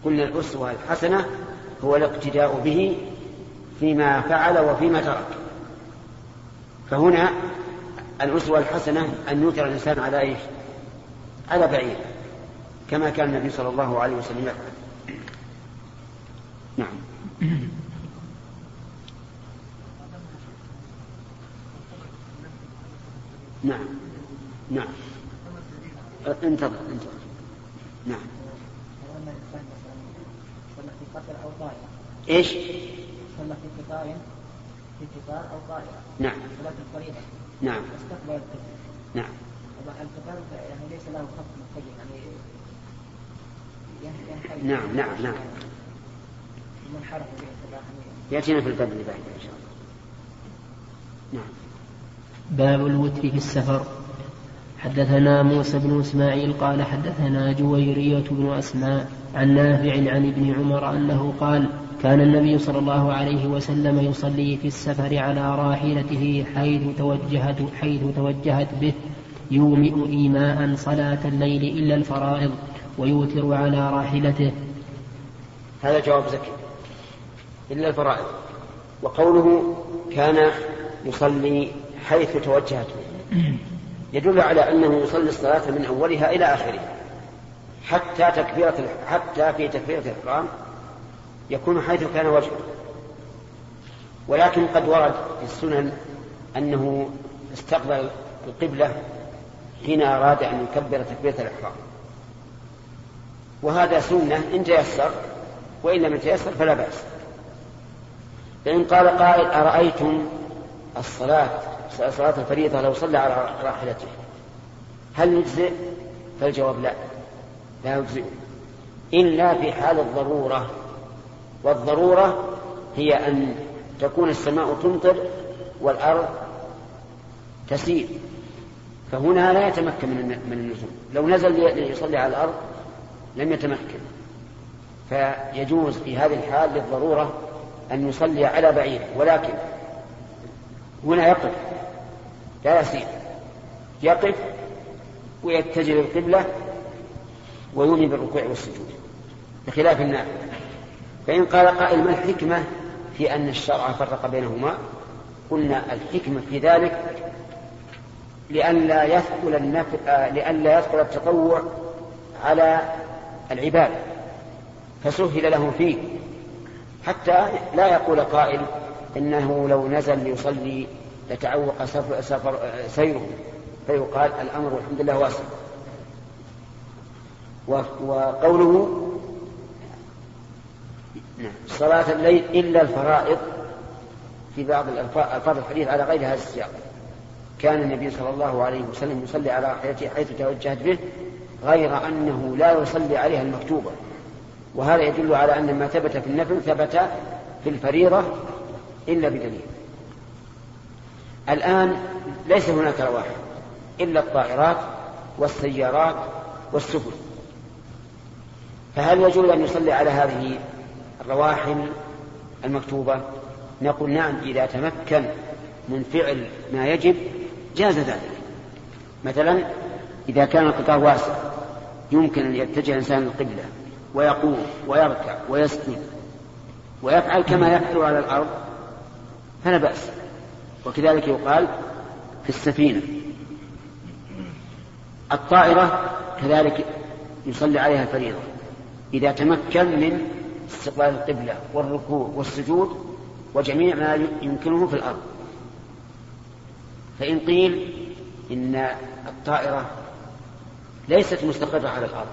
قلنا الأسوة الحسنة هو الاقتداء به فيما فعل وفيما ترك. فهنا الأسوة الحسنة أن يوتر الإنسان على إيش؟ على بعير، كما كان النبي صلى الله عليه وسلم يفعل. نعم. نعم نعم انتظر. نعم. ايش؟ صلى في قطار أو طائرة. نعم. صلاة الفريضة. نعم. استقبل القبلة. نعم. القطار يعني ليس له خط مقيد يعني نعم نعم نعم. منحرف يأتينا في الباب اللي بعده إن شاء الله. نعم. باب الوتر في السفر. حدثنا موسى بن إسماعيل قال حدثنا جويرية بن أسماء عن نافع عن ابن عمر أنه قال كان النبي صلى الله عليه وسلم يصلي في السفر على راحلته حيث توجهت به يومئ إيماء صلاة الليل إلا الفرائض ويوتر على راحلته. هذا جواب زكي إلا الفرائض. وقوله كان يصلي حيث توجهت يدل على أنه يصلي الصلاة من أولها إلى آخرها حتى في تكبيرة الإحرام يكون حيث كان وجهه. ولكن قد ورد في السنن أنه استقبل القبلة حين أراد أن يكبر تكبيرة الإحرام، وهذا سنة إن تيسر، وإن لم يتيسر فلا بأس. فإن قال قائل أرأيتم صلاة الفريضة لو صلى على راحلته هل يجزئ؟ فالجواب لا يجزئ إلا في حال الضرورة، والضرورة هي أن تكون السماء تمطر والأرض تسير، فهنا لا يتمكن من النزول. لو نزل ليصلي على الأرض لم يتمكن، فيجوز في هذه الحال للضرورة أن يصلي على بعيره، ولكن هنا يقف لا يسير، يقف ويتجه للقبلة ويومي بالركوع والسجود بخلاف النافلة. فإن قال قائل ما الحكمة في أن الشرع فرق بينهما؟ قلنا الحكمة في ذلك لئلا يثقل التطوع على العباد فسهل لهم فيه، حتى لا يقول قائل إنه لو نزل ليصلي لتعوق سيره، فيقال الأمر والحمد لله واسع. وقوله صلاة الليل إلا الفرائض في بعض الألفاظ الحديث على غير هذا السياق. كان النبي صلى الله عليه وسلم يصلي على راحلته حيث توجهت به غير أنه لا يصلي عليها المكتوبة، وهذا يدل على أن ما ثبت في النفل ثبت في الفريضة إلا بدليل. الآن ليس هناك رواحل إلا الطائرات والسيارات والسفن، فهل يجوز أن يصلي على هذه الرواحل المكتوبة؟ نقول نعم إذا تمكن من فعل ما يجب جاز ذلك. مثلا إذا كان القطار واسع يمكن أن يتجه الإنسان القبلة ويقوم ويركع ويسجد ويفعل كما يفعل على الأرض فلا بأس. وكذلك يقال في السفينة. الطائرة كذلك يصلي عليها الفريضة إذا تمكن من استقبال القبلة والركوع والسجود وجميع ما يمكنه في الأرض. فإن قيل إن الطائرة ليست مستقرة على الأرض،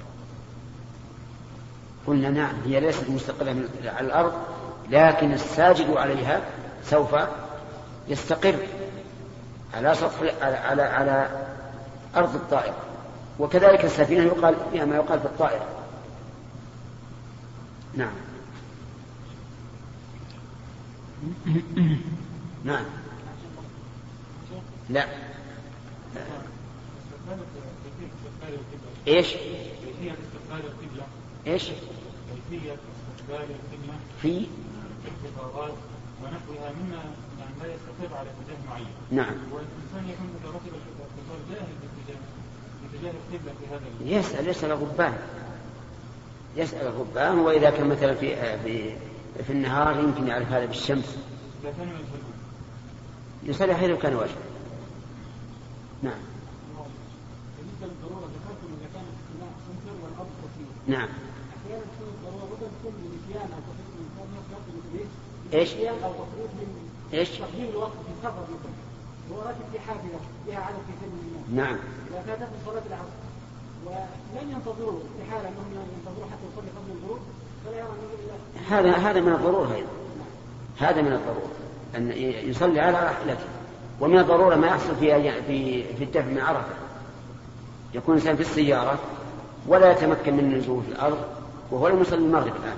قلنا نعم هي ليست مستقرة على الأرض، لكن الساجد عليها سوف يستقر على سطح على أرض الطائرة. وكذلك السفينة يقال فيها ما يقال في الطائرة. نعم. نعم. لا. ايش؟ ايش؟ في الخطابات ونحوها مما لا يستقر على اتجاه معين. نعم. والإنسان يكون مترتب الخطاب جاهل باتجاه القبلة في هذا يسأل غبان يسأل الربان، وإذا كان مثلا في النهار يمكن يعرف هذا بالشمس يصلي حيث كان واجب. نعم. بالنسبة للضرورة ذكرتم إذا كانت السماء تمطر والأرض تسير. نعم. أحيانا تكون الضرورة تكون من نسيان أو تفريط من الإنسان إيش؟ أو تفريط من إيش؟ تقديم الوقت في السفر مثلا. هو راكب في حافلة فيها عدد كثير من الناس. نعم. إذا فاتت صلاة العصر ولن ينتظروا استحالة أنهم ينتظروا حتى يصلي قبل الغروب فلا يرى النبي. هذا من الضرورة أيضا. هذا من الضرورة أن يصلي على راحلته. ومن الضرورة ما يحصل في الدفع من عرفة. يكون الإنسان في السيارة ولا يتمكن من النزول في الأرض وهو لم يصلي المغرب الآن،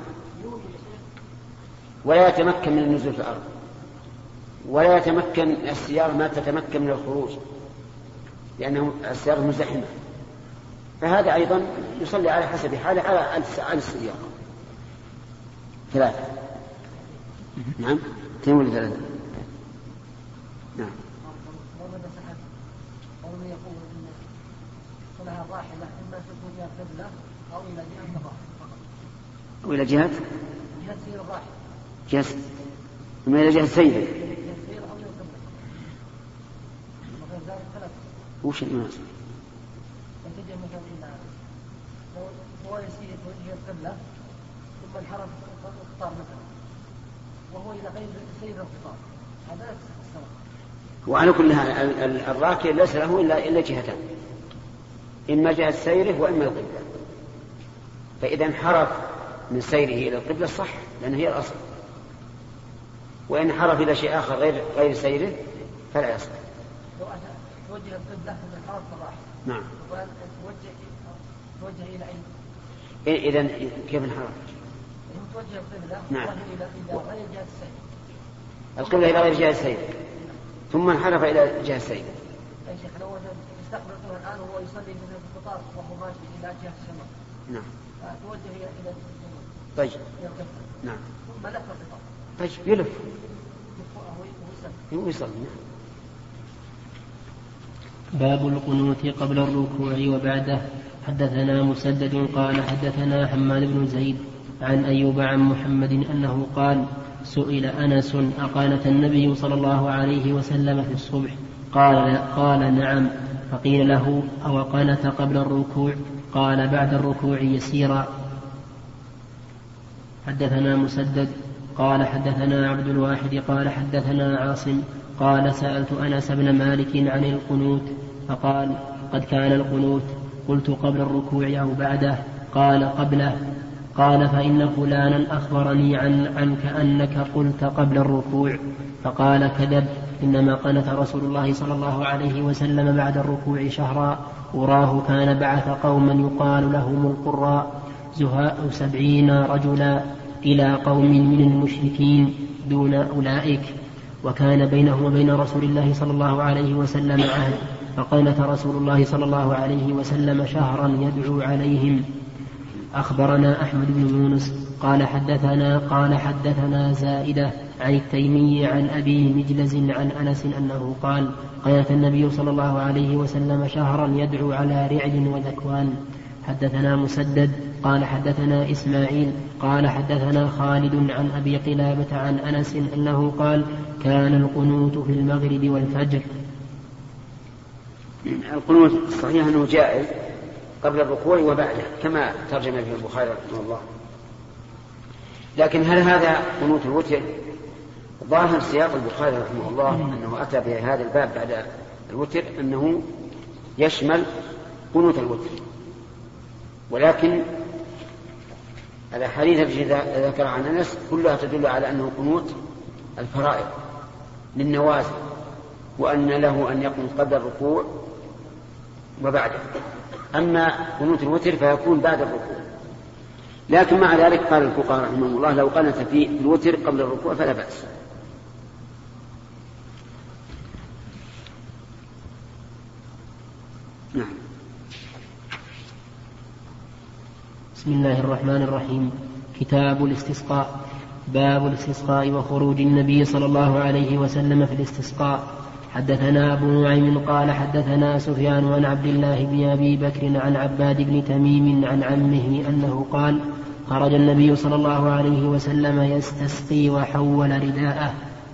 ولا يتمكن من النزول في الأرض، ولا يتمكن السيارة ما تتمكن من الخروج لأنه السيارة مزدحمة، فهذا أيضا يصلي على حسب حاله على السيارة. ثلاثة. نعم. اثنين ولا ثلاثة؟ نعم. قوله يقول إن صلها الراحلة إما تكون إلى القبلة أو إلى جهة الراحلة فقط. أو إلى جهة سير الراحلة. إما إلى جهة سيره. سير أو إلى القبلة. وغير ذلك ثلاثة. وش المناسب؟ يتجه مثلا إلى هو يسير وجه القبلة ثم انحرف القطار مثلا وهو إلى غير سير القطار هذا السواء. وعلى كل حال الراكب ليس له إلا جهتان، إما جهة سيره وإما القبلة. فإذا انحرف من سيره إلى القبلة صح لأنه هي الأصل، وإن انحرف إلى شيء آخر غير سيره فلا يصح. لو توجه القبلة من انحرف الراحل. نعم. توجه إلى أين؟ إذن كيف انحرف؟ توجه القبلة. نعم. إلى غير جهة السير. القبلة إلى غير جهة السير ثم انحرف إلى جهة السير. يا شيخ لو يستقبل الآن وهو يصلي من القطار وهو ماشي إلى جهة الشمال. نعم. توجه إلى الشمال. طيب. نعم. ثم لف القطار. طيب يلف. ويصلي. باب القنوت قبل الركوع وبعده. حدثنا مسدد قال حدثنا حماد بن زيد عن أيوب عن محمد أنه قال سئل أنس أقانت النبي صلى الله عليه وسلم في الصبح؟ قال نعم. فقيل له أو قنت قبل الركوع؟ قال بعد الركوع يسيرا. حدثنا مسدد قال حدثنا عبد الواحد قال حدثنا عاصم قال سألت أنس بن مالك عن القنوت فقال قد كان القنوت. قلت قبل الركوع أو بعده؟ قال قبله. قال فإن فلانا أخبرني عنك أنك قلت قبل الركوع. فقال كذب، إنما قنت رسول الله صلى الله عليه وسلم بعد الركوع شهرا، أراه كان بعث قوما يقال لهم القراء زهاء 70 رجلا إلى قوم من المشركين دون أولئك، وكان بينه وبين رسول الله صلى الله عليه وسلم عهد، فقنت رسول الله صلى الله عليه وسلم شهرا يدعو عليهم. أخبرنا أحمد بن يونس قال حدثنا زائدة عن التيمي عن أبي مجلز عن أنس أنه قال قنت النبي صلى الله عليه وسلم شهرا يدعو على رعل وذكوان. حدثنا مسدد قال حدثنا إسماعيل قال حدثنا خالد عن أبي قلابة عن أنس أنه قال كان القنوت في المغرب والفجر. القنوت الصحيح أنه جائز قبل الركوع وبعده كما ترجم به البخاري رحمه الله، لكن هل هذا قنوت الوتر؟ ظاهر سياق البخاري رحمه الله أنه أتى بهذا الباب بعد الوتر أنه يشمل قنوت الوتر، ولكن الأحاديث التي ذكرها عن أنس كلها تدل على أنه قنوت الفرائض للنوازل، وأن له أن يقنط قبل الركوع وبعده. أما قنوت الوتر فيكون بعد الركوع، لكن مع ذلك قال الفقهاء رحمهم الله لو قنت في الوتر قبل الركوع فلا بأس. نعم. بسم الله الرحمن الرحيم. كتاب الاستسقاء. باب الاستسقاء وخروج النبي صلى الله عليه وسلم في الاستسقاء. حدثنا أبو نعيم قال حدثنا سفيان عن عبد الله بن أبي بكر عن عباد بن تميم عن عمه أنه قال خرج النبي صلى الله عليه وسلم يستسقي وحول رداءه.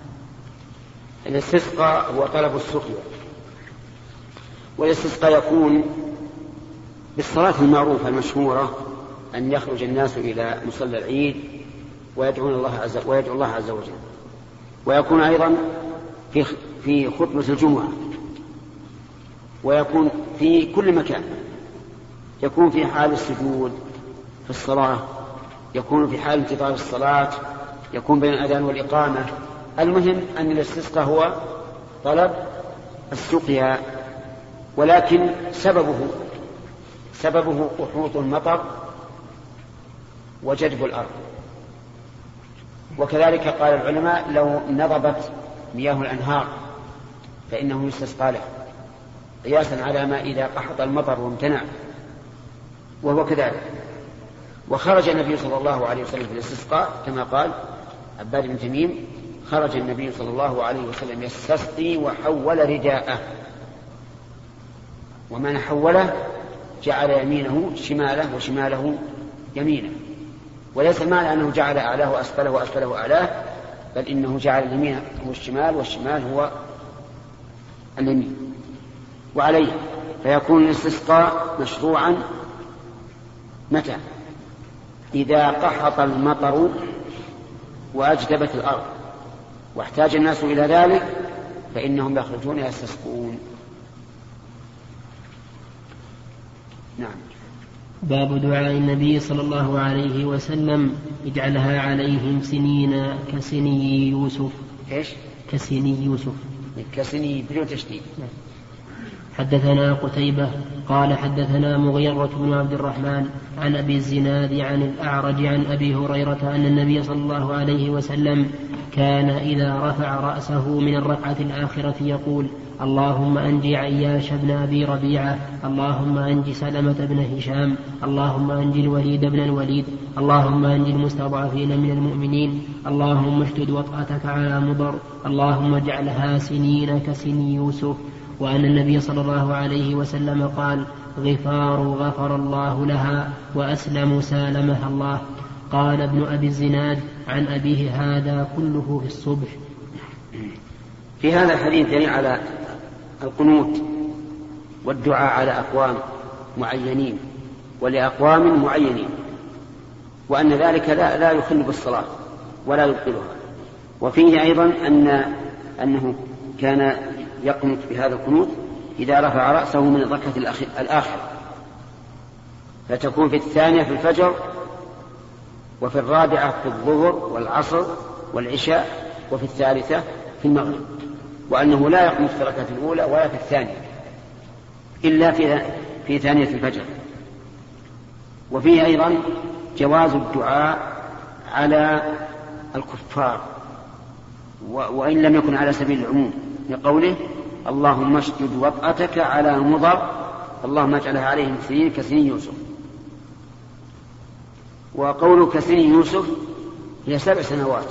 الاستسقاء هو طلب السقيا، والاستسقاء يكون بالصلاة المعروفة المشهورة أن يخرج الناس إلى مصلى العيد ويدعو الله عز وجل، ويكون أيضا في خطبة الجمعة، ويكون في كل مكان، يكون في حال السجود في الصلاة، يكون في حال انتظار الصلاة، يكون بين الأذان والإقامة. المهم أن الاستسقاء هو طلب السقيا، ولكن سببه قحوط المطر وجدب الأرض. وكذلك قال العلماء لو نضبت مياه الأنهار فإنه يستسقى له، قياسا على ما إذا قحط المطر وامتنع، وهو كذلك. وخرج النبي صلى الله عليه وسلم في الاستسقاء كما قال عباد بن تميم: خرج النبي صلى الله عليه وسلم يستسقي وحول رداءه. ومن حوله جعل يمينه شماله وشماله يمينه، وليس المعنى أنه جعل أعلاه أسفله وأسفله أعلاه، بل إنه جعل اليمين هو الشمال والشمال هو اليمين. وعليه فيكون الاستسقاء مشروعا متى؟ إذا قحط المطر وأجدبت الأرض واحتاج الناس إلى ذلك فإنهم يخرجون يستسقون. نعم. باب دعاء النبي صلى الله عليه وسلم: اجعلها عليهم سنين كسني يوسف. ايش؟ كسني يوسف، كسني بدون تشديد. حدثنا قتيبة قال حدثنا مغيرة بن عبد الرحمن عن أبي الزناد عن الأعرج عن أبي هريرة أن النبي صلى الله عليه وسلم كان إذا رفع رأسه من الركعة الآخرة يقول: اللهم أنج عياش بن أبي ربيعة، اللهم أنج سلمة بن هشام، اللهم أنج الوليد بن الوليد، اللهم أنج المستضعفين من المؤمنين، اللهم اشدد وطأتك على مضر، اللهم اجعلها سنين كسني يوسف. وأن النبي صلى الله عليه وسلم قال: غفار غفر الله لها، وأسلم سالمها الله. قال ابن أبي الزناد عن أبيه: هذا كله في الصبح. في هذا الحديث دليل على القنوت والدعاء على أقوام معينين ولأقوام معينين، وأن ذلك لا يخل بالصلاة ولا يبطلها. وفيه أيضا أنه كان يقنط بهذا القنوت إذا رفع رأسه من الركعة الآخرة، فتكون في الثانية في الفجر، وفي الرابعة في الظهر والعصر والعشاء، وفي الثالثة في المغرب. وأنه لا يقنط في الركعة الأولى ولا في الثانية إلا في ثانية الفجر. وفيه أيضا جواز الدعاء على الكفار وإن لم يكن على سبيل العموم، لقوله: اللهم اشدد وطأتك على مضر، اللهم اجعلها عليهم سنين كسنين يوسف. وقوله كسنين يوسف هي 7 سنوات،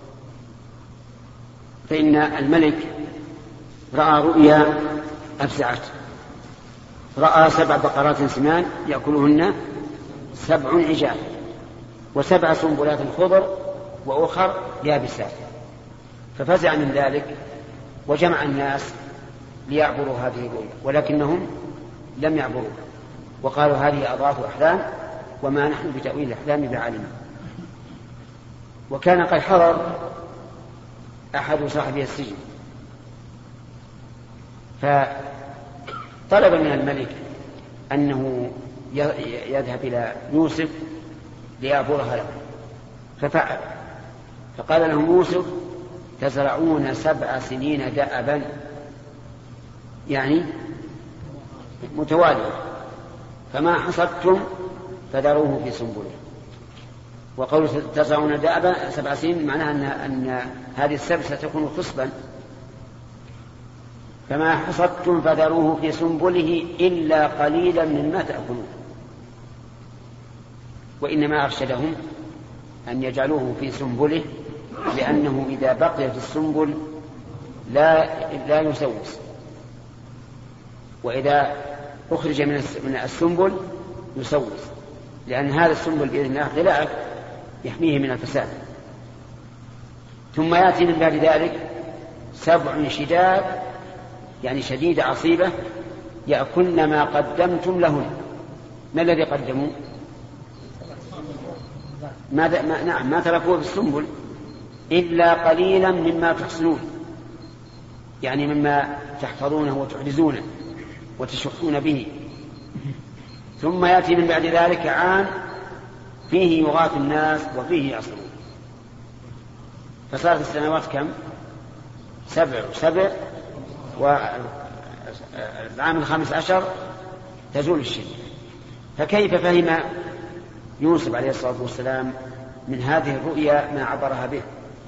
فإن الملك رأى رؤيا أفزعت، رأى 7 بقرات سمان يأكلهن 7 عجاف، و7 سنبلات خضر وأخر يابسات، ففزع من ذلك وجمع الناس ليعبروا هذه الرؤيا، ولكنهم لم يعبروها، وقالوا: هذه أضغاث أحلام وما نحن بتأويل الأحلام بعالمين. وكان قد حضر أحد صاحبي السجن، فطلب من الملك أنه يذهب إلى يوسف ليعبرها له، ففعل. فقال لهم يوسف: تزرعون 7 سنين دأبا، يعني متوالية، فما حصدتم فذروه في سنبله. وقول تزرعون دأبا 7 سنين معناها أن هذه السبع ستكون خصبا، فما حصدتم فذروه في سنبله إلا قليلا مما تأكلون. وإنما أرشدهم أن يجعلوه في سنبله، لأنه إذا بقي في السنبل لا يسوس، وإذا أخرج من السنبل يسوس، لأن هذا السنبل بإذن الله غلاف يحميه من الفساد. ثم يأتي من بعد ذلك 7 شداد يعني شديدة عصيبة يأكلن ما قدمتم لهن. ما الذي قدموا؟ ما تركوه بالسنبل إلا قليلا مما تحصنون، يعني مما تحفظونه وتحرزونه وتشحون به. ثم يأتي من بعد ذلك عام فيه يغاث الناس وفيه يعصرون. فصارت السنوات كم؟ 7 والعام 15 تزول الشدة. فكيف فهم يوسف عليه الصلاة والسلام من هذه الرؤيا ما عبرها به؟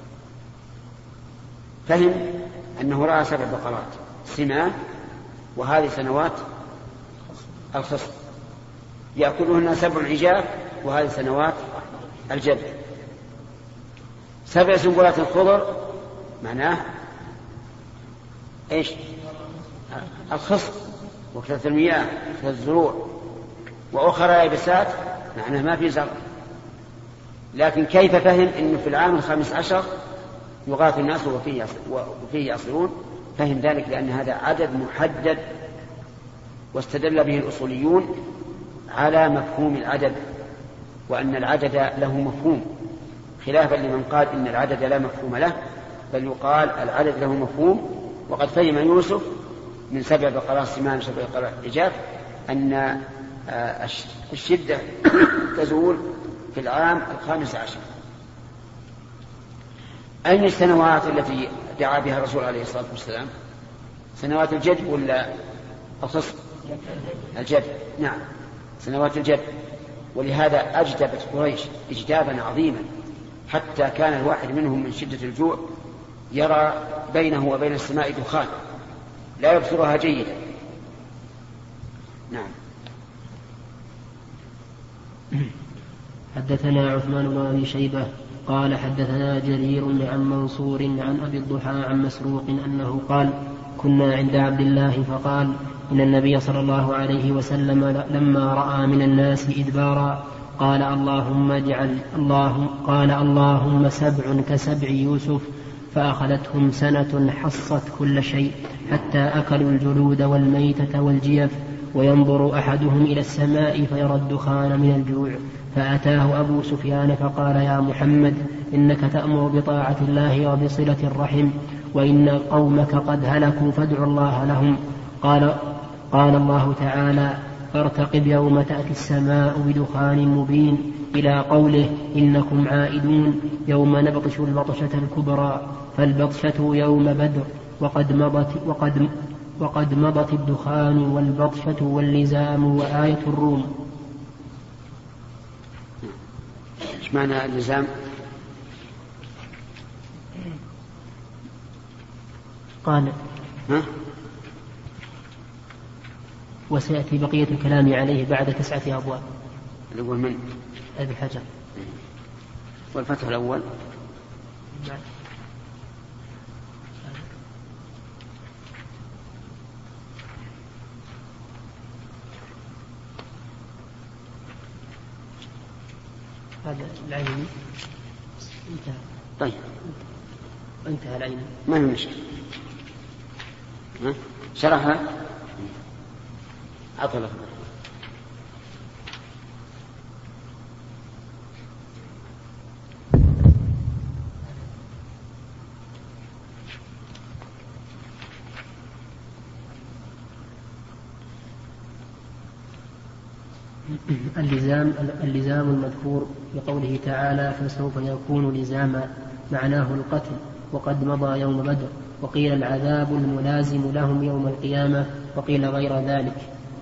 فهم أنه رأى 7 بقرات سمان، وهذه سنوات الخصب يأكلهن 7 عجاف، وهذه سنوات الجد. 7 سنبلات خضر معناه ايش؟ الخصب وكثرة المياه وكثرة الزروع، وأخرى يابسات معناه ما في زرع. لكن كيف فهم انه في العام 15 يغاث الناس وفيه يعصرون؟ فهم ذلك لأن هذا عدد محدد، واستدل به الأصوليون على مفهوم العدد، وأن العدد له مفهوم، خلافا لمن قال إن العدد لا مفهوم له، بل يقال العدد له مفهوم. وقد فهم يوسف من 7 بقرات سمان 7 بقرات عجاف أن الشدة تزول في العام 15. أين السنوات التي دعا بها الرسول عليه الصلاة والسلام؟ سنوات الجد ولا الخصب؟ الجد، نعم سنوات الجد. ولهذا أجدبت قريش إجدابا عظيما، حتى كان الواحد منهم من شدة الجوع يرى بينه وبين السماء دخان لا يبصرها جيدا. نعم. حدثنا عثمان بن أبي شيبة قال حدثنا جرير عن منصور عن أبي الضحى عن مسروق أنه قال كنا عند عبد الله فقال إن النبي صلى الله عليه وسلم لما رأى من الناس إدبارا قال اللهم 7 كسبع يوسف، فأخذتهم سنة حصت كل شيء حتى أكلوا الجلود والميتة والجيف، وينظر أحدهم إلى السماء فيرى الدخان من الجوع. فأتاه أبو سفيان فقال يا محمد إنك تأمر بطاعة الله وبصلة الرحم، وإن قومك قد هلكوا فادعوا الله لهم. قال الله تعالى فارتقب يوم تأتي السماء بدخان مبين إلى قوله إنكم عائدون يوم نبطش البطشة الكبرى، فالبطشة يوم بدر وقد مضت الدخان والبطشة واللزام وآية الروم. ايش معنى اللزام؟ قال وسيأتي بقية الكلام عليه بعد 9 أبواب. الأول من؟ أبي الحجر. والفتح الأول هذا العين انتهى. طيب انتهى العين ما هي مشكلة. شرحها عطلة. اللزام المذكور بقوله تعالى فسوف يكون لزاما معناه القتل، وقد مضى يوم بدر، وقيل العذاب الملازم لهم يوم القيامة، وقيل غير ذلك.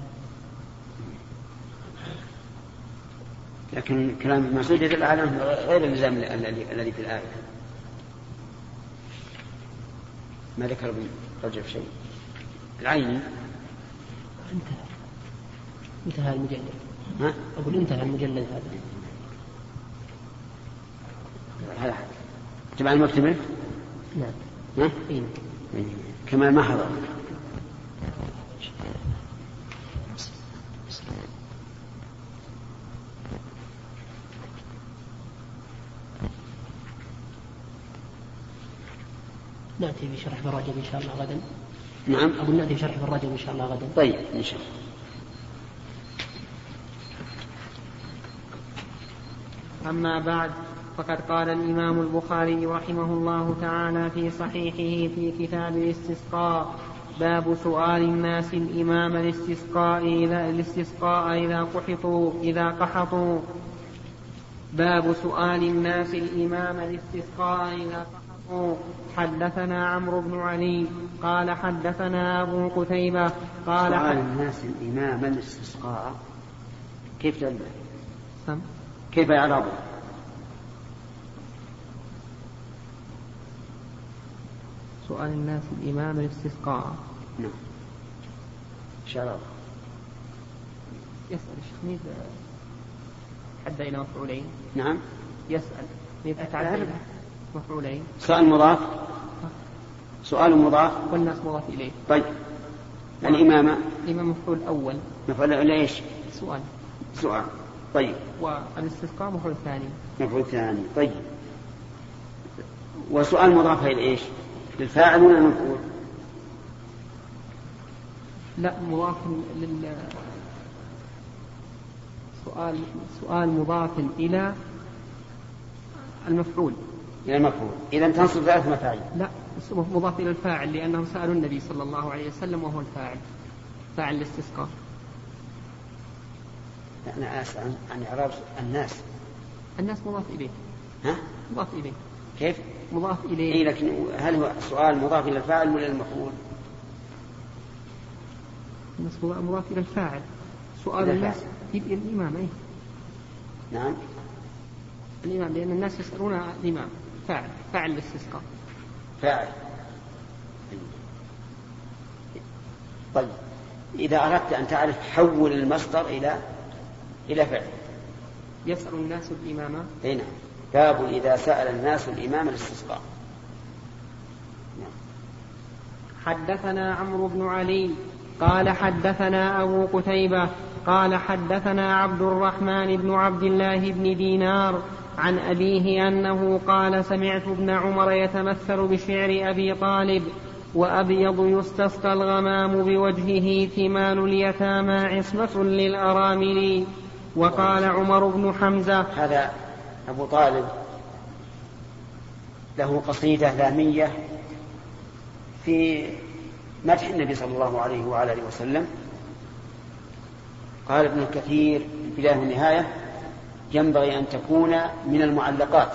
لكن كلام المقصود يدل على غير اللزام الذي في الآية. ما ذكر ابن رجب شيء. العيني انتهى المجلد. أقول انتهى المجلد هذا. تبع المكتمل؟ نعم. كما ما حضر. نأتي بشرح ابن رجب إن شاء الله غدا. نعم. أقول نأتي بشرح ابن رجب إن شاء الله غدا. طيب إن شاء الله. أما بعد، فقد قال الإمام البخاري رحمه الله تعالى في صحيحه في كتاب الاستسقاء: باب سؤال الناس الإمام الاستسقاء إذا قحطوا. باب سؤال الناس الإمام الاستسقاء إذا قحطوا. حدثنا عمرو بن علي قال حدثنا أبو قتيبة قال سؤال الناس الإمام الاستسقاء كيف تلبه؟ كيف يعرضه؟ سؤال الناس الإمام الاستسقاء. نعم. شرط. يسأل الشيخ حد إلى مفعولين. نعم. يسأل يتعدى مفعولين. سؤال مضاف. سؤال مضاف. والناس مضاف إليه. طيب. الإمامة. الإمام مفعول أول. مفعول ليش؟ سؤال. طيب. والاستسقاء مفعول ثاني. مفعول ثاني. طيب. وسؤال مضاف إلى إيش؟ للفاعل ولا المفعول؟ لا، مضاف سؤال مضاف إلى المفعول. إلى المفعول. إذا تنصب ثلاث مفاعيل. لا، مضاف إلى الفاعل لأنهم سألوا النبي صلى الله عليه وسلم وهو الفاعل، فاعل الاستسقاء. أنا أسأل عن إعراب الناس مضاف إليه. ها؟ مضاف إليه. كيف؟ مضاف إليه. إيه، لكن هل هو سؤال مضاف إلى الفاعل ولا المفعول؟ مضاف إلى الفاعل. سؤال الناس في الإمام. أي نعم، الإمام، لأن الناس يسألون الإمام. فاعل الاستسقاء. فاعل. طيب، إذا أردت أن تعرف حول المصدر إلى فعل. يسأل الناس الإمام. أي نعم. باب إذا سأل الناس الإمام الاستسقاء. حدثنا عمرو بن علي قال حدثنا أبو قتيبة قال حدثنا عبد الرحمن بن عبد الله بن دينار عن أبيه أنه قال: سمعت ابن عمر يتمثل بشعر أبي طالب: وأبيض يستسقى الغمام بوجهه ثمال اليتامى عصمة للأرامل. وقال عمر بن حمزة. هذا أبو طالب له قصيدة لامية في مدح النبي صلى الله عليه وعلى آله وسلم. قال ابن كثير في البداية والنهاية: ينبغي أن تكون من المعلقات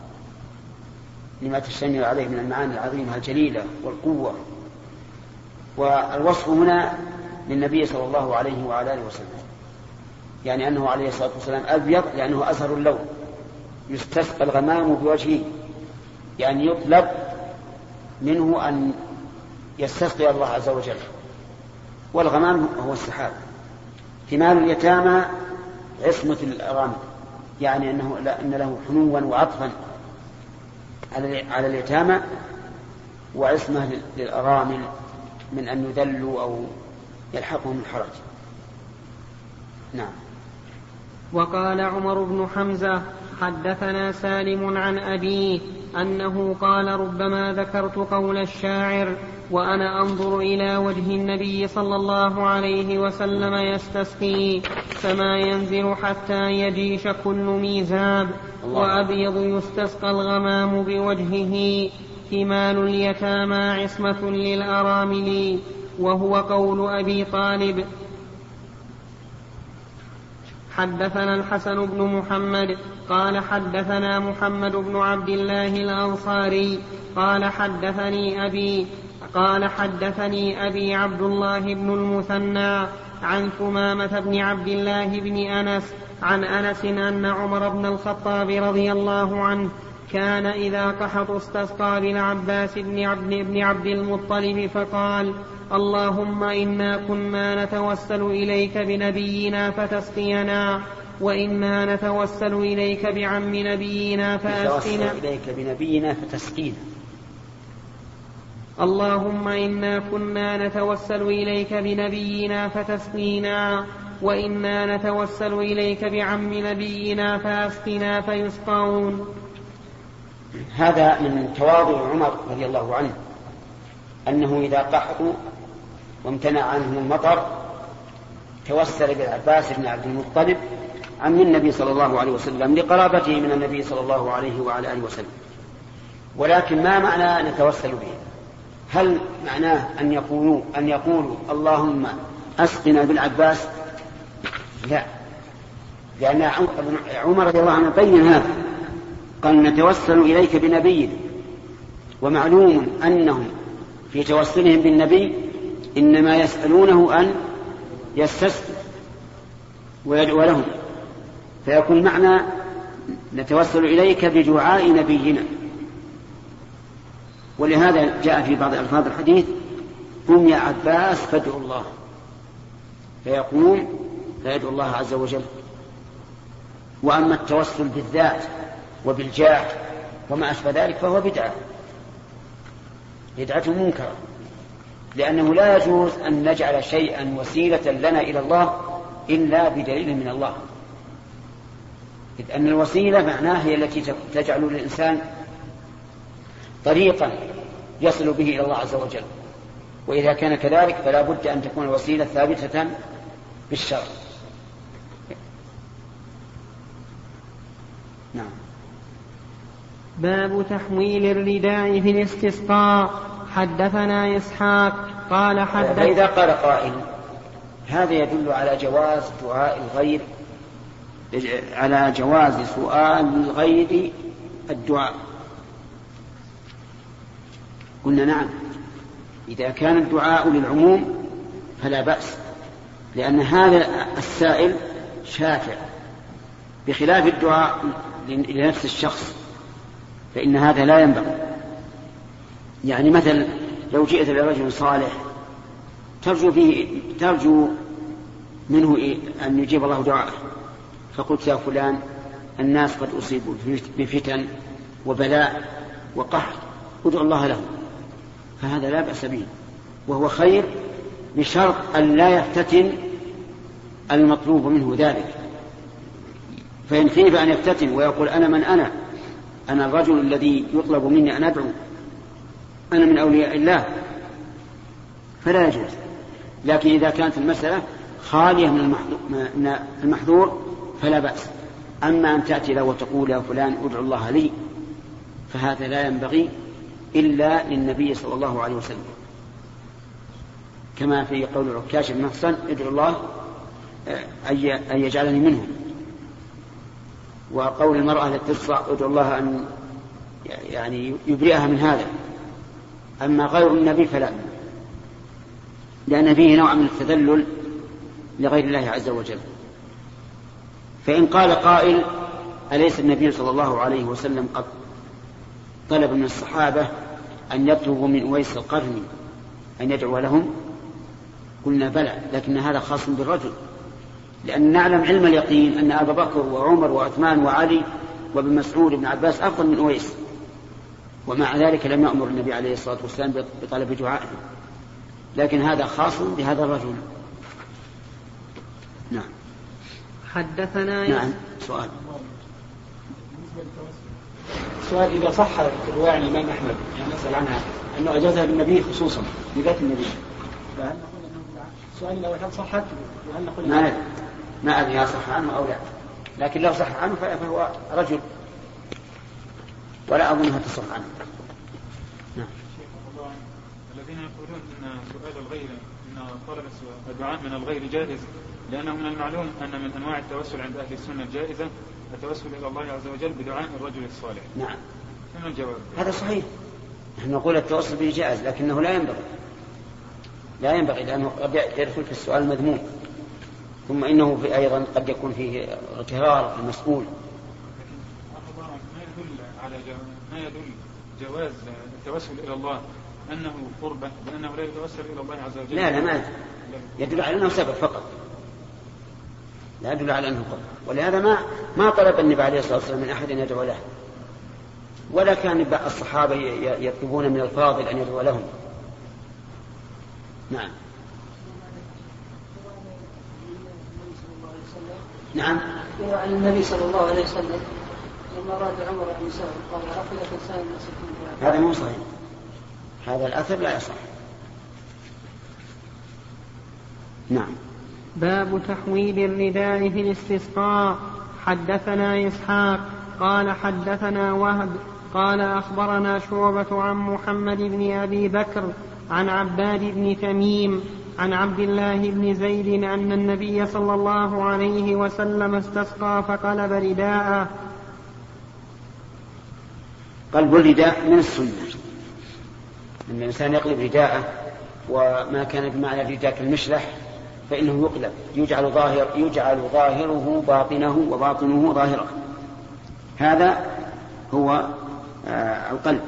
لما تشتمل عليه من المعاني العظيمة الجليلة والقوة. والوصف هنا للنبي صلى الله عليه وعلى آله وسلم، يعني أنه عليه الصلاة والسلام أبيض لأنه أزهر اللون. يستسقى الغمام بوجهه، يعني يطلب منه أن يستسقي الله عز وجل. والغمام هو السحاب. ثمال اليتامى عصمة الأرامل، يعني أن له حنوا وعطفا على اليتامى، وعصمة للأرامل من أن يذلوا أو يلحقهم الحرج. نعم. وقال عمر بن حمزة: حدثنا سالم عن أبيه أنه قال: ربما ذكرت قول الشاعر وأنا أنظر إلى وجه النبي صلى الله عليه وسلم يستسقي: فما ينزل حتى يجيش كل ميزاب، وأبيض يستسقى الغمام بوجهه ثمال اليتامى عصمة للأرامل. وهو قول أبي طالب. حدثنا الحسن بن محمد قال حدثنا محمد بن عبد الله الأنصاري قال حدثني أبي عبد الله بن المثنى عن ثمامة بن عبد الله بن أنس عن أنس أن عمر بن الخطاب رضي الله عنه كان إذا قحط استسقى بالعباس بن عبد المطلب فقال: اللهم إنا كنا نتوسل إليك بنبينا فتسقينا، وإنا نتوسل إليك بعم نبينا فأسقنا. اللهم إنا كنا نتوسل إليك بنبينا فتسقينا، وإنا نتوسل إليك بعم نبينا فأسقنا فيسقون. هذا من تواضع عمر رضي الله عنه أنه إذا قحطوا وامتنع عنهم المطر توسل بالعباس بن عبد المطلب عم النبي صلى الله عليه وسلم لقرابته من النبي صلى الله عليه وعلى آله وسلم. ولكن ما معنى نتوسل به؟ هل معناه أن يقولوا اللهم أسقنا بالعباس؟ لا، لأن عمر رضي الله عنه بين هذا، قال نتوسل إليك بنبي، ومعلوم أنهم في توسلهم بالنبي إنما يسألونه أن يستسقي ويدعو لهم، فيكون معنى نتوسل إليك بدعاء نبينا. ولهذا جاء في بعض ألفاظ الحديث قم يا عباس فادعوا الله، فيقوم فيدعو الله عز وجل. وأما التوسل بالذات وبالجاه وما أشبه ذلك فهو بدعة منكرة، لأنه لا يجوز أن نجعل شيئا وسيلة لنا إلى الله إلا بدليل من الله، إذ أن الوسيلة معناها هي التي تجعل للإنسان طريقا يصل به إلى الله عز وجل، وإذا كان كذلك فلا بد أن تكون الوسيلة ثابتة بالشرع. نعم. باب تحويل الرداء في الاستسقاء. حدثنا إسحاق قال فإذا قال قائل هذا يدل على جواز دعاء الغير، على جواز سؤال الغير الدعاء. قلنا نعم، إذا كان الدعاء للعموم فلا بأس، لأن هذا السائل شافع، بخلاف الدعاء لنفس الشخص فإن هذا لا ينبغي. يعني مثلا لو جئت لرجل صالح ترجو منه أن يجيب الله دعاءه، فقلت يا فلان الناس قد أصيبوا بفتن وبلاء وقحط ادعو الله لهم، فهذا لا بأس به وهو خير، بشرط أن لا يفتتن المطلوب منه ذلك. فإن خيف أن يفتتن ويقول أنا من أنا الرجل الذي يطلب مني أن أدعو، أنا من أولياء الله، فلا يجوز. لكن إذا كانت المسألة خالية من المحظور فلا بأس. أما أن تأتي له وتقول يا فلان ادعو الله لي، فهذا لا ينبغي إلا للنبي صلى الله عليه وسلم، كما في قول عكاش بن محصن ادعو الله أن يجعلني منهم، وقول المرأة التي تصرع ادعو الله أن يعني يبرئها من هذا. أما غير النبي فلا، لأن فيه نوع من التذلل لغير الله عز وجل. فإن قال قائل أليس النبي صلى الله عليه وسلم قد طلب من الصحابة أن يطلبوا من أويس القرني أن يدعو لهم؟ قلنا بلى، لكن هذا خاص بالرجل، لأن نعلم علم اليقين أن أبا بكر وعمر وعثمان وعلي وابن مسعود وابن عباس أفضل من أويس، ومع ذلك لم يأمر النبي عليه الصلاة والسلام بطلب دعائه، لكن هذا خاص بهذا الرجل. نعم. حدثنا نعم. سؤال إذا صح رواية الإمام أحمد يعني نسأل عنها أنه أجازها بالنبي خصوصا بذات النبي، فهل نقول أنه سؤال لو هل صحت وهل نقول ما أدري صح عنه أو لا، لكن لو صح عنه فهو رجل ولا أظنها تصح عنه. نعم. الذين يقولون أن سؤال الغير أن طلب الدعاء من الغير جائز، لأنه من المعلوم أن من أنواع التوسل عند أهل السنة الجائزة التوسل إلى الله عز وجل بدعاء الرجل الصالح. نعم. فما الجواب؟ هذا صحيح، نحن نقول التوسل به جائز، لكنه لا ينبغي لأنه قد يدخل في السؤال المذموم، ثم إنه أيضا قد يكون فيه اغترار المسؤول. ما يدل جواز التوسل إلى الله أنه قربة، لأنه لا يتوسل إلى الله عز وجل. لا ما يدل على أنه سبب فقط، لا يدل على أنه قربة. ولهذا ما طلب النبي عليه الصلاة والسلام من أحد أن يدعو له، ولا كان الصحابة يطلبون من الفاضل أن يدعو لهم. نعم. نعم. عن النبي صلى الله عليه وسلم لما أراد عمر أن يسافر قال أخذ إنسان هذا مو صحيح، هذا الأثر لا يصح. نعم. باب تحويل الرداء في الاستسقاء. حدثنا إسحاق قال حدثنا وهب قال أخبرنا شعبة عن محمد بن أبي بكر عن عباد بن تميم عن عبد الله بن زيد أن النبي صلى الله عليه وسلم استسقى فقلب رداءه. قلب الرداء من السنة، أن الإنسان يقلب رداءه، وما كان بمعنى الرداء كالمشلح فإنه يقلب، يجعل ظاهره باطنه وباطنه ظاهره. هذا هو القلب.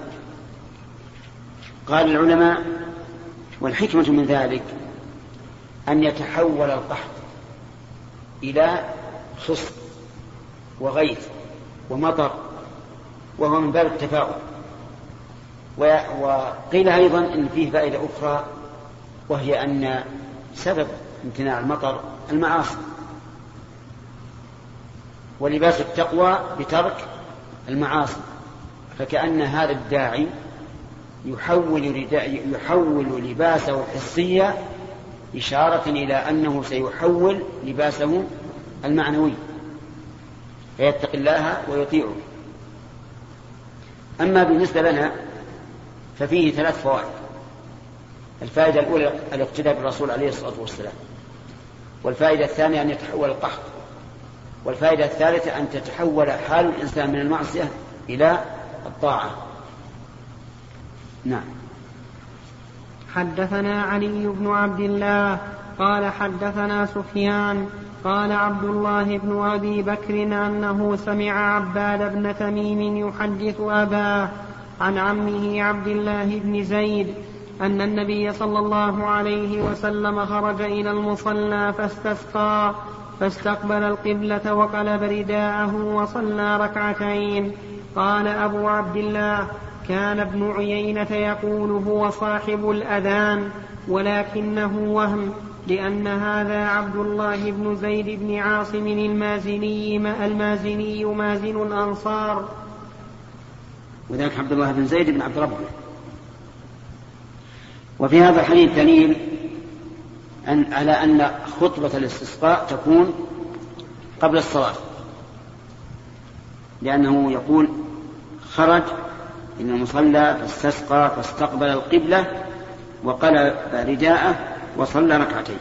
قال العلماء: والحكمة من ذلك أن يتحول القحط إلى خصب وغيث ومطر، وهو من باب التفاؤل. وقيل أيضا إن فيه فائدة أخرى، وهي أن سبب امتناع المطر المعاصي، ولباس التقوى بترك المعاصي. فكأن هذا الداعي يحول لباسه الحسي إشارة إلى أنه سيحول لباسه المعنوي، فيتقي الله ويطيعه. أما بالنسبة لنا ففيه 3 فوائد. الفائدة الأولى الاقتداء بالرسول عليه الصلاة والسلام، والفائدة الثانية أن يتحول القحط، والفائدة الثالثة أن تتحول حال الإنسان من المعصية إلى الطاعة. نعم. حدثنا علي بن عبد الله قال حدثنا سفيان قال عبد الله بن أبي بكر أنه سمع عباد بن تميم يحدث أباه عن عمه عبد الله بن زيد أن النبي صلى الله عليه وسلم خرج إلى المصلى فاستسقى فاستقبل القبلة وقلب رداءه وصلى ركعتين. قال أبو عبد الله: كان ابن عيينة يقول هو صاحب الأذان، ولكنه وهم، لأن هذا عبد الله بن زيد بن عاصم المازني مازن الأنصار. وذلك عبد الله بن زيد بن عبد ربه. وفي هذا الحديث دليل على أن خطبة الاستسقاء تكون قبل الصلاة، لأنه يقول: خرج إلى المصلى فاستسقى فاستقبل القبلة وقلب رداءه وصلى ركعتين.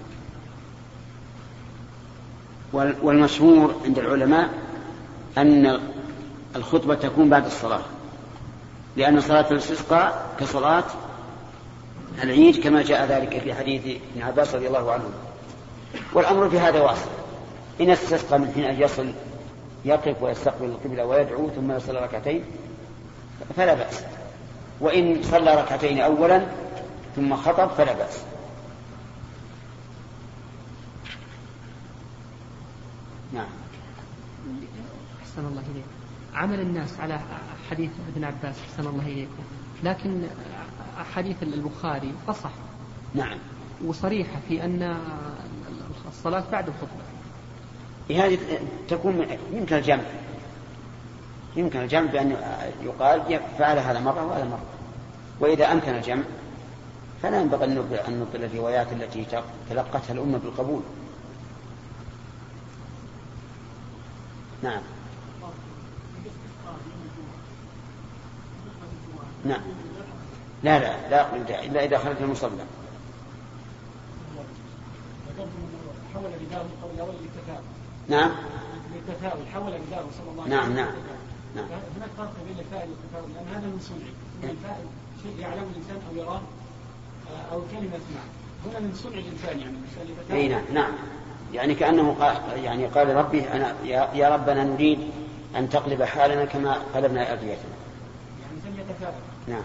والمشهور عند العلماء أن الخطبة تكون بعد الصلاة، لأن صلاة الاستسقاء كصلاة العيد كما جاء ذلك في حديث ابن عباس رضي الله عنه. والأمر في هذا واسع، إن استسقى من حين أن يصل يقف ويستقبل القبلة ويدعو ثم يصلي ركعتين فلا بأس، وإن صلى ركعتين أولا ثم خطب فلا بأس. نعم. أحسن الله إليك. عمل الناس على حديث ابن عباس أحسن الله إليكم، لكن حديث البخاري فصح نعم وصريحة في أن الصلاة بعد الخطبة. هذه تكون يمكن الجمع بأن يقال فعل هذا مرة وهذا مرة، وإذا أمكن الجمع فلا ينبغي أن نبطل الروايات التي تلقتها الأمة بالقبول. نعم. نعم. لا أقول إلا إذا خرج المصلى. نعم. حول رداءه صلى الله عليه وسلم. نعم. هناك فرق بين الفاعل والتفاؤل، لأن هذا من صنع. الفاعل شيء يعلم الإنسان أو يراه أو كلمة يسمع. هنا من صنع الإنسان، يعني الإنسان نعم. يعني كأنه قال ربي أنا يا ربنا نريد أن تقلب حالنا كما قلبنا أرضيتنا. يعني الإنسان يتفاءل. نعم.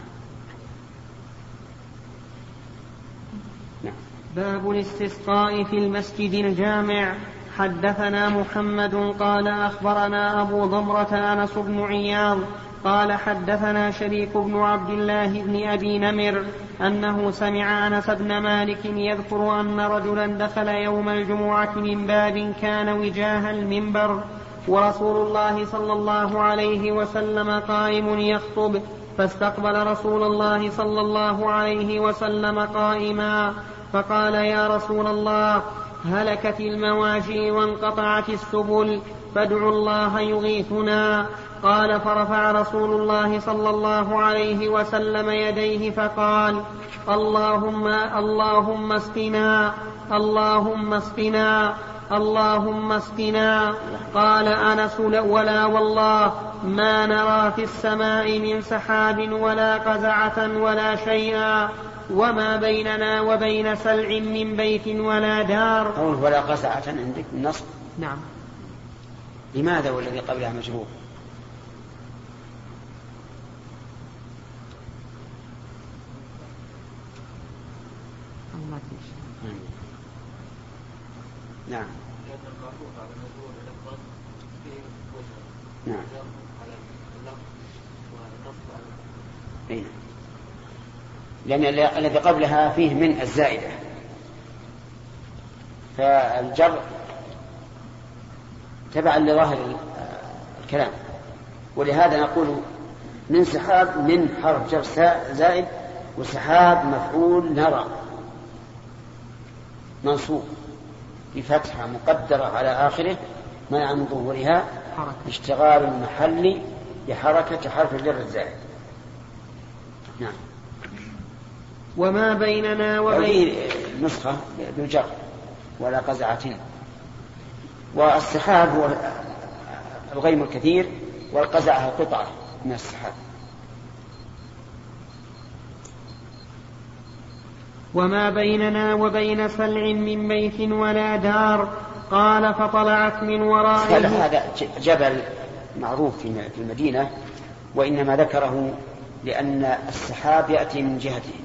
باب الاستسقاء في المسجد الجامع. حدثنا محمد قال أخبرنا أبو ضمرة أنس بن عياض قال حدثنا شريك بن عبد الله بن أبي نمر أنه سمع أنس بن مالك يذكر أن رجلا دخل يوم الجمعة من باب كان وجاه المنبر ورسول الله صلى الله عليه وسلم قائم يخطب، فاستقبل رسول الله صلى الله عليه وسلم قائما، فقال يا رسول الله هلكت المواشي وانقطعت السبل فادعوا الله يغيثنا. قال فرفع رسول الله صلى الله عليه وسلم يديه فقال اللهم اسقنا اللهم اسقنا اللهم اسقنا. قال أنس ولا والله ما نرى في السماء من سحاب ولا قزعة ولا شيئا وما بيننا وبين سلع من بيت ولا دار. قول ولا قزعة عندك النصب؟ نعم. لماذا والذي قبلها مجرور؟ نعم. نعم. لأن الذي قبلها فيه من الزائدة، فالجر تبعا لظاهر الكلام، ولهذا نقول من سحاب من حرف جر زائد، وسحاب مفعول نرى منصوب بفتحة مقدرة على آخره منع من ظهورها اشتغال المحل بحركة حرف الجر الزائد. نعم. وما بيننا وبين نسخة بالجر ولا قزعة. والسحاب هو الغيم الكثير، والقزعة قطعة من السحاب. وما بيننا وبين سلع من بيت ولا دار. قال فطلعت من ورائه. هذا جبل معروف في المدينة، وإنما ذكره لأن السحاب يأتي من جهته.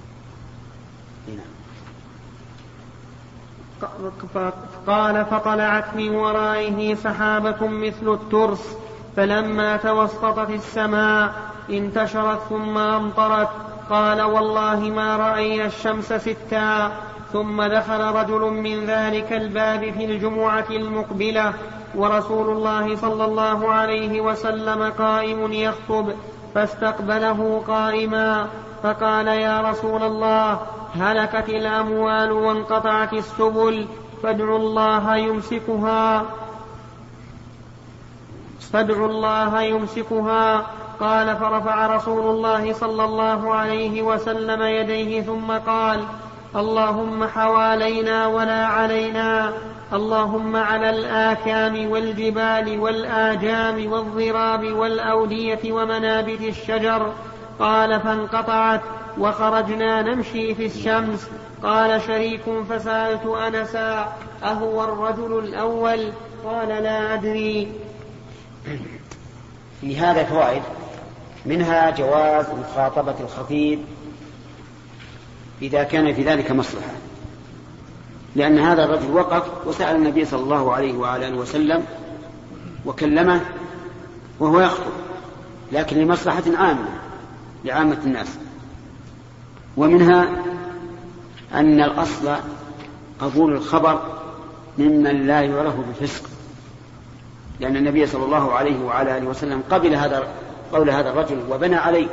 قال فطلعت من ورائه سحابة مثل الترس، فلما توسطت السماء انتشرت ثم أمطرت. قال والله ما رأينا الشمس ستا. ثم دخل رجل من ذلك الباب في الجمعة المقبلة ورسول الله صلى الله عليه وسلم قائم يخطب، فاستقبله قائما فقال يا رسول الله هلكت الأموال وانقطعت السبل فادعوا الله يمسكها. قال فرفع رسول الله صلى الله عليه وسلم يديه ثم قال اللهم حوالينا ولا علينا، اللهم على الآكام والجبال والآجام والضراب والأودية ومنابت الشجر. قال فانقطعت وخرجنا نمشي في الشمس. قال شريك فسألت أنسا أهو الرجل الأول؟ قال لا أدري. في هذا فوائد، منها جواز مخاطبة الخطيب إذا كان في ذلك مصلحة، لأن هذا الرجل وقف وسأل النبي صلى الله عليه وآله وسلم وكلمه وهو يخطب، لكن لمصلحة عامة لعامة الناس. ومنها أن الأصل قبول الخبر ممن لا يعرف بفسق، لأن النبي صلى الله عليه وعلى آله وسلم قبل قول هذا الرجل وبنى عليه.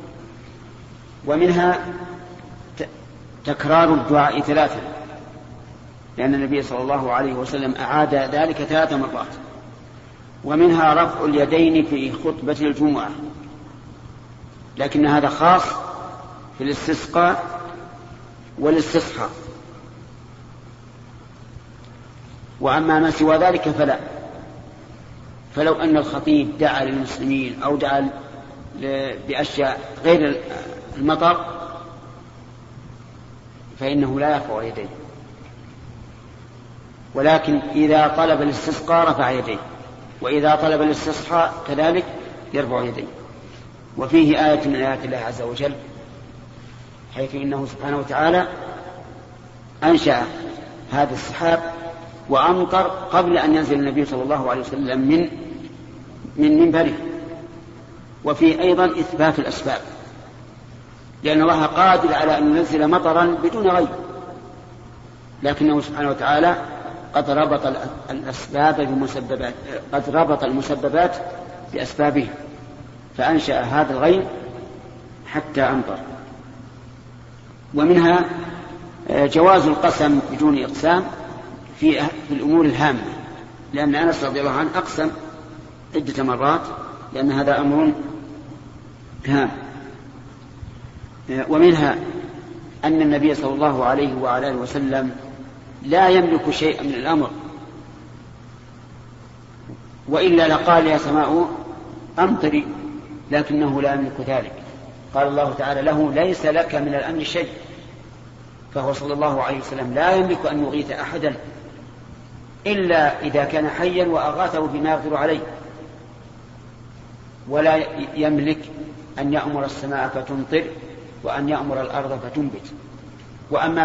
ومنها تكرار الدعاء 3، لأن النبي صلى الله عليه وسلم أعاد ذلك 3 مرات. ومنها رفع اليدين في خطبة الجمعة، لكن هذا خاص في الاستسقاء والاستصحاء، وأما ما سوى ذلك فلا. فلو أن الخطيب دعا للمسلمين أو دعا بأشياء غير المطر فإنه لا يرفع يديه، ولكن إذا طلب الاستسقاء رفع يديه، وإذا طلب الاستصحاء كذلك يرفع يديه. وفيه آية من آيات الله عز وجل، حيث إنه سبحانه وتعالى أنشأ هذا السحاب وأمطر قبل أن ينزل النبي صلى الله عليه وسلم من منبره. وفيه أيضا إثبات الأسباب، لأن الله قادر على أن ينزل مطرا بدون غيب، لكنه سبحانه وتعالى قد ربط المسببات بأسبابه، فأنشأ هذا الغيم حتى أمطر. ومنها جواز القسم بدون إقسام في الأمور الهامة، لأن أنس رضي الله عنه أقسم عدة مرات لأن هذا أمر هام. ومنها أن النبي صلى الله عليه وعلى آله وسلم لا يملك شيئا من الأمر، وإلا لقال يا سماء أمطري، لكنه لا يملك ذلك. قال الله تعالى له ليس لك من الأمر شيء، فهو صلى الله عليه وسلم لا يملك أن يغيث أحدا إلا إذا كان حيا وأغاثه بما يقدر عليه، ولا يملك أن يأمر السماء فتمطر وأن يأمر الأرض فتنبت. وأما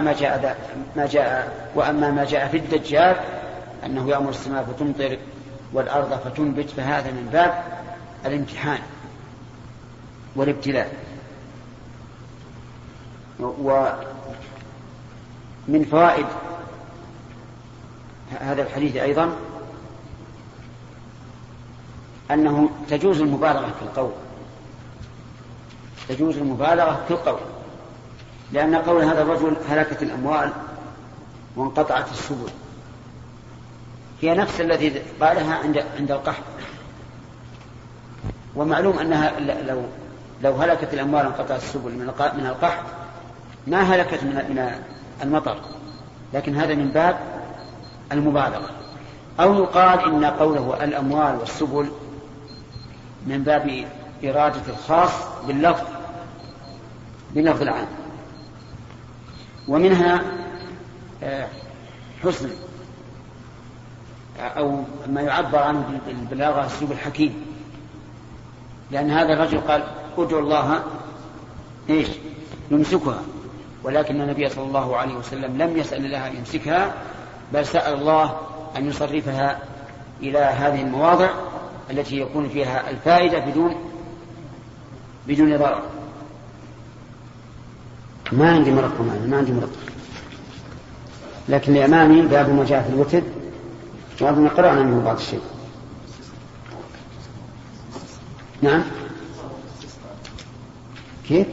ما جاء في الدجال أنه يأمر السماء فتمطر والأرض فتنبت، فهذا من باب الامتحان والابتلاء. ومن فوائد هذا الحديث أيضا أنه تجوز المبالغة في القول، لأن قول هذا الرجل هلكت الأموال وانقطعت السبل هي نفس الذي قالها عند القحط. ومعلوم أنها لو هلكت الأموال وانقطعت السبل من القحط ما هلكت من المطر، لكن هذا من باب المبالغة. أو يقال إن قوله الأموال والسبل من باب إرادة الخاص باللفظ العام. ومنها حسن أو ما يعبر عنه بالبلاغة أسلوب الحكيم، لأن هذا الرجل قال ادعوا الله يمسكها، ولكن النبي صلى الله عليه وسلم لم يسأل الله أن يمسكها، بل سأل الله أن يصرفها إلى هذه المواضع التي يكون فيها الفائدة بدون ضرر. ما عندي مرقم، لكن لأمامي باب ما جاء في الوتر، وأظن قرأنا منه بعض الشيء. نعم، كيف؟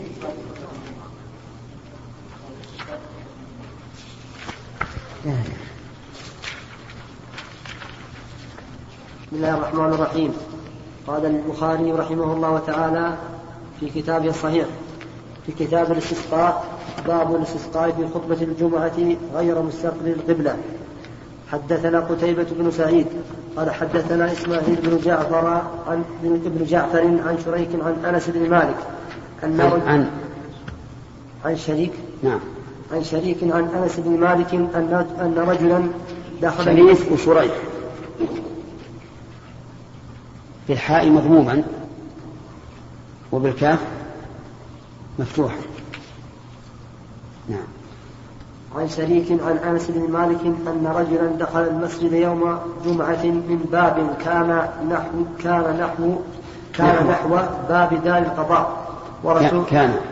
بسم الله الرحمن الرحيم. قال البخاري رحمه الله تعالى في كتابه الصحيح في كتاب الاستسقاء: باب الاستسقاء في خطبة الجمعة غير مستقبل القبلة. حدثنا قتيبة بن سعيد قال حدثنا إسماعيل بن جعفر عن شريك عن أنس بن مالك عن شريك عن أنس بن مالك أن رجلا دخل شريك وشريك بالحاء مضموما وبالكاف مفتوحا. نعم. عن شريك عن أنس بن مالك أن رجلا دخل المسجد يوم جمعة من باب كان نحو باب دار القضاء، ورسول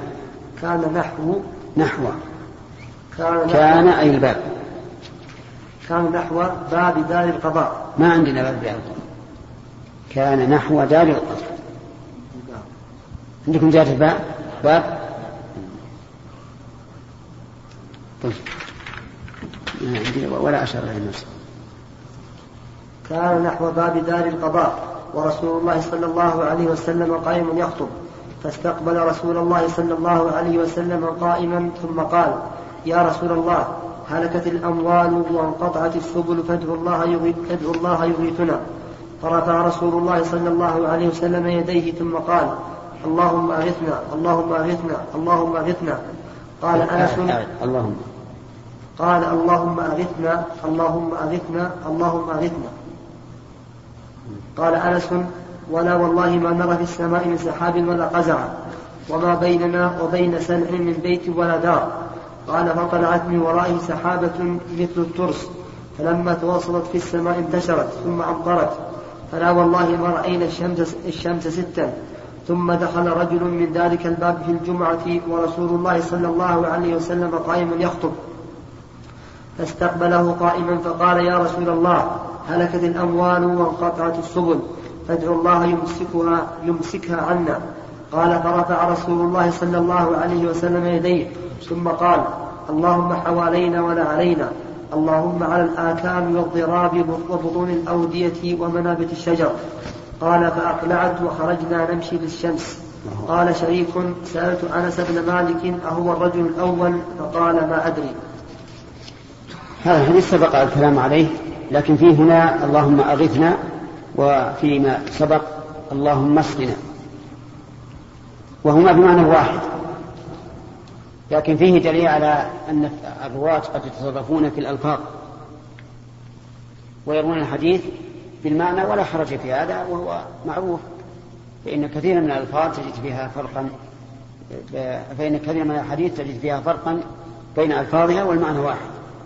كان أي الباب كان نحو باب دار القضاء. ما عندنا باب دار القضاء، كان نحو دار القضاء. عندكم جاءت باب طيب. ولا أشار إلى النفس. كان نحو باب دار القضاء ورسول الله صلى الله عليه وسلم قائم يخطب، فاستقبل رسول الله صلى الله عليه وسلم قائما ثم قال: يا رسول الله، هلكت الأموال وانقطعت السبل فادعوا الله يغيثنا. فرفع رسول الله صلى الله عليه وسلم يديه ثم قال: اللهم أغثنا اللهم أغثنا اللهم أغثنا. قال أنس: قال اللهم أغثنا اللهم أغثنا اللهم أغثنا. قال أنس: ولا والله ما نرى في السماء من سحاب ولا قزع، وما بيننا وبين سلع من بيت ولا دار. قال: فطلعت من ورائه سحابة مثل الترس، فلما توصلت في السماء انتشرت ثم أمطرت، فلا والله ما رأينا الشمس ستا. ثم دخل رجل من ذلك الباب في الجمعة ورسول الله صلى الله عليه وسلم قائم يخطب، فاستقبله قائما فقال: يا رسول الله، هلكت الأموال وانقطعت السبل، فادعوا الله يمسكها عنا. قال: فرفع رسول الله صلى الله عليه وسلم يديه ثم قال: اللهم حوالينا ولا علينا، اللهم على الآكام والضراب وبطون الأودية ومنابت الشجر. قال فأقلعت وخرجنا نمشي بالشمس. قال شريك سألت أنس بن مالك أهو الرجل الأول؟ فقال ما أدري. هذا الحديث سبق الكلام عليه، لكن فيه هنا اللهم أغثنا، وفيما سبق اللهم اسقنا، وهما بمعنى واحد، لكن فيه دليل على أن الرواة قد يتصرفون في الألفاظ ويرون الحديث بالمعنى ولا حرج في هذا، وهو معروف، فإن كثيرا من الألفاظ تجد فيها فرقا، فإن كثيرا من الحديث تجد فيها فرقا بين ألفاظها والمعنى واحد.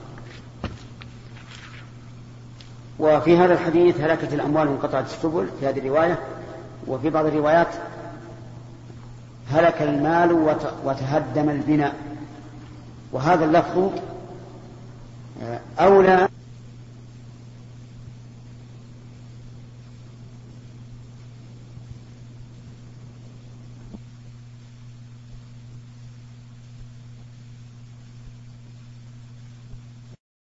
وفي هذا الحديث هلكت الأموال وانقطعت السبل في هذه الرواية، وفي بعض الروايات هلك المال وتهدم البناء، وهذا اللفظ أولى